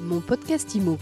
Mon podcast IMO.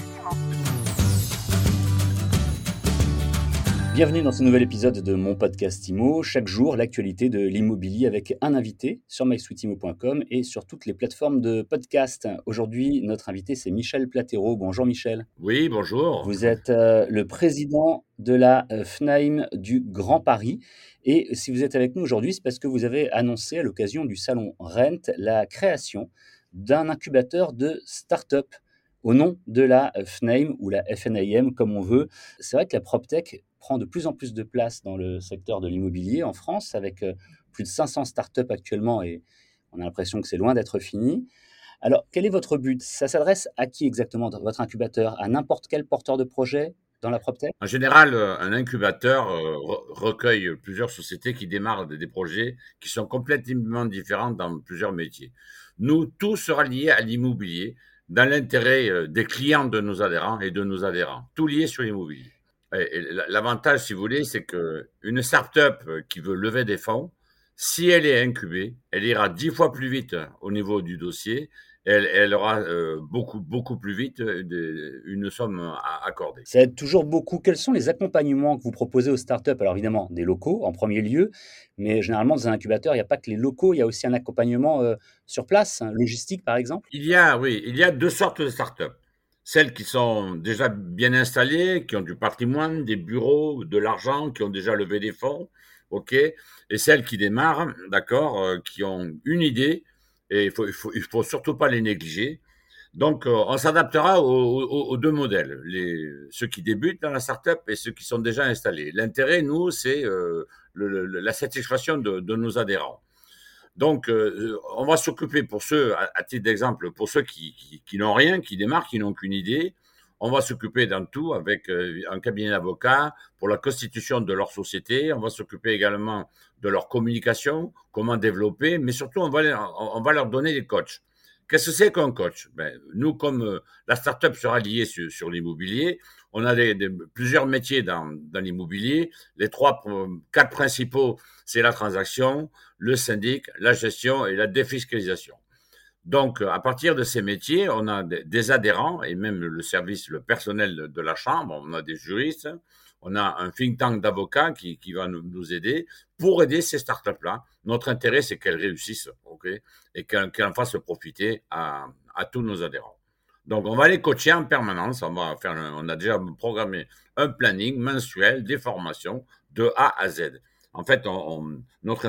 Bienvenue dans ce nouvel épisode de mon podcast IMO. Chaque jour, l'actualité de l'immobilier avec un invité sur mysweetimo.com et sur toutes les plateformes de podcast. Aujourd'hui, notre invité, c'est Michel Platero. Bonjour Michel. Oui, bonjour. Vous êtes le président de la FNAIM du Grand Paris. Et si vous êtes avec nous aujourd'hui, c'est parce que vous avez annoncé à l'occasion du salon Rent la création d'un incubateur de start-up au nom de la FNAIM ou la FNAIM comme on veut. C'est vrai que la PropTech prend de plus en plus de place dans le secteur de l'immobilier en France avec plus de 500 startups actuellement et on a l'impression que c'est loin d'être fini. Alors, quel est votre but? Ça s'adresse à qui exactement, votre incubateur? À n'importe quel porteur de projet dans la PropTech? En général, un incubateur recueille plusieurs sociétés qui démarrent des projets qui sont complètement différents dans plusieurs métiers. Nous, tout sera lié à l'immobilier, dans l'intérêt des clients de nos adhérents et de nos adhérents. Tout lié sur l'immobilier. Et l'avantage, si vous voulez, c'est qu'une start-up qui veut lever des fonds, si elle est incubée, elle ira 10 fois plus vite au niveau du dossier. Elle aura beaucoup plus vite une somme accordée. Ça aide toujours beaucoup. Quels sont les accompagnements que vous proposez aux startups? Alors évidemment, des locaux en premier lieu, mais généralement dans un incubateur, il n'y a pas que les locaux, il y a aussi un accompagnement sur place, logistique par exemple. Il y a deux sortes de startups. Celles qui sont déjà bien installées, qui ont du patrimoine, des bureaux, de l'argent, qui ont déjà levé des fonds, ok, et celles qui démarrent, d'accord, qui ont une idée, et il faut surtout pas les négliger. Donc, on s'adaptera aux deux modèles, ceux qui débutent dans la startup et ceux qui sont déjà installés. L'intérêt, nous, c'est la satisfaction de nos adhérents. Donc, on va s'occuper pour ceux, à titre d'exemple, pour ceux qui n'ont rien, qui démarrent, qui n'ont qu'une idée. On va s'occuper dans tout avec un cabinet d'avocats pour la constitution de leur société. On va s'occuper également de leur communication, comment développer, mais surtout, on va leur donner des coachs. Qu'est-ce que c'est qu'un coach? Nous, comme la start-up sera liée sur l'immobilier, on a plusieurs métiers dans l'immobilier. Les quatre principaux, c'est la transaction, le syndic, la gestion et la défiscalisation. Donc, à partir de ces métiers, on a des adhérents et même le personnel de la chambre, on a des juristes, on a un think tank d'avocats qui va nous aider pour aider ces startups-là. Notre intérêt, c'est qu'elles réussissent, ok, et qu'elles en fassent profiter à tous nos adhérents. Donc, on va les coacher en permanence. On a déjà programmé un planning mensuel des formations de A à Z. En fait, on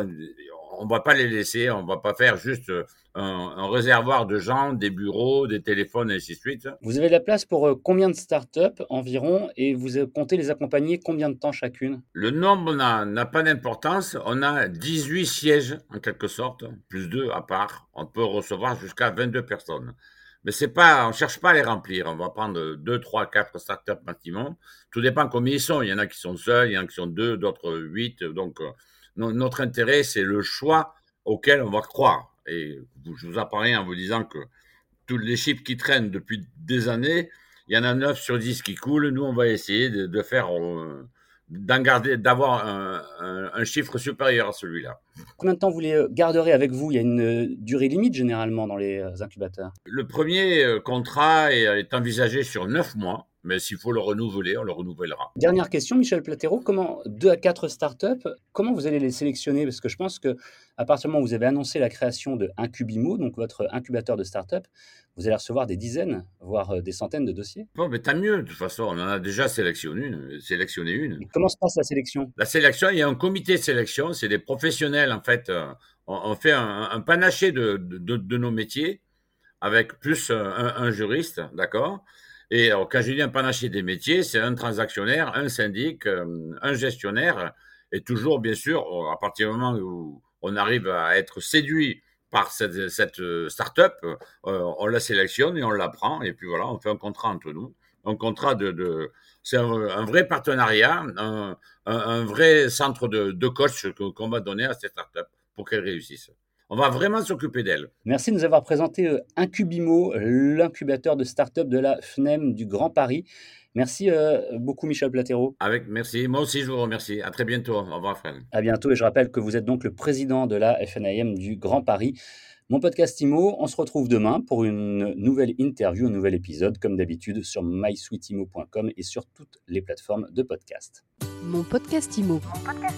va pas les laisser, on va pas faire juste un réservoir de gens, des bureaux, des téléphones et ainsi de suite. Vous avez de la place pour combien de startups environ et vous comptez les accompagner combien de temps chacune? Le nombre n'a pas d'importance. On a 18 sièges, en quelque sorte, plus 2 à part. On peut recevoir jusqu'à 22 personnes. Mais on cherche pas à les remplir. On va prendre 2, 3, 4 startups maximum. Tout dépend combien ils sont. Il y en a qui sont seuls, il y en a qui sont 2, d'autres 8. Donc, notre intérêt, c'est le choix auquel on va croire. Et je vous apparais en vous disant que tous les chiffres qui traînent depuis des années, il y en a 9 sur 10 qui coulent. Nous, on va essayer de faire, d'avoir un chiffre supérieur à celui-là. Combien de temps vous les garderez avec vous? Il y a une durée limite généralement dans les incubateurs. Le premier contrat est envisagé sur 9 mois, mais s'il faut le renouveler, on le renouvellera. Dernière question, Michel Platero, 2 à 4 startups, comment vous allez les sélectionner? Parce que je pense que à partir du moment où vous avez annoncé la création de Incubimo, donc votre incubateur de startups, vous allez recevoir des dizaines, voire des centaines de dossiers. Bon, mais tant mieux, de toute façon, on en a déjà sélectionné une. Et comment se passe la sélection? La sélection, il y a un comité de sélection, c'est des professionnels, en fait. On fait un panaché de nos métiers avec plus un juriste, d'accord? Et alors, quand je dis un panaché des métiers, c'est un transactionnaire, un syndic, un gestionnaire, et toujours, bien sûr, à partir du moment où on arrive à être séduit par cette start-up, on la sélectionne et on la prend, et puis voilà, on fait un contrat entre nous. Un contrat c'est un vrai partenariat, un vrai centre de coach qu'on va donner à cette start-up pour qu'elle réussisse. On va vraiment s'occuper d'elle. Merci de nous avoir présenté Incubimo, l'incubateur de start-up de la FNAIM du Grand Paris. Merci beaucoup Michel Platero. Merci, moi aussi je vous remercie. À très bientôt. Au revoir Fred. À bientôt et je rappelle que vous êtes donc le président de la FNAIM du Grand Paris. Mon podcast IMO, on se retrouve demain pour une nouvelle interview, un nouvel épisode, comme d'habitude, sur mysweetimo.com et sur toutes les plateformes de podcast. Mon podcast IMO.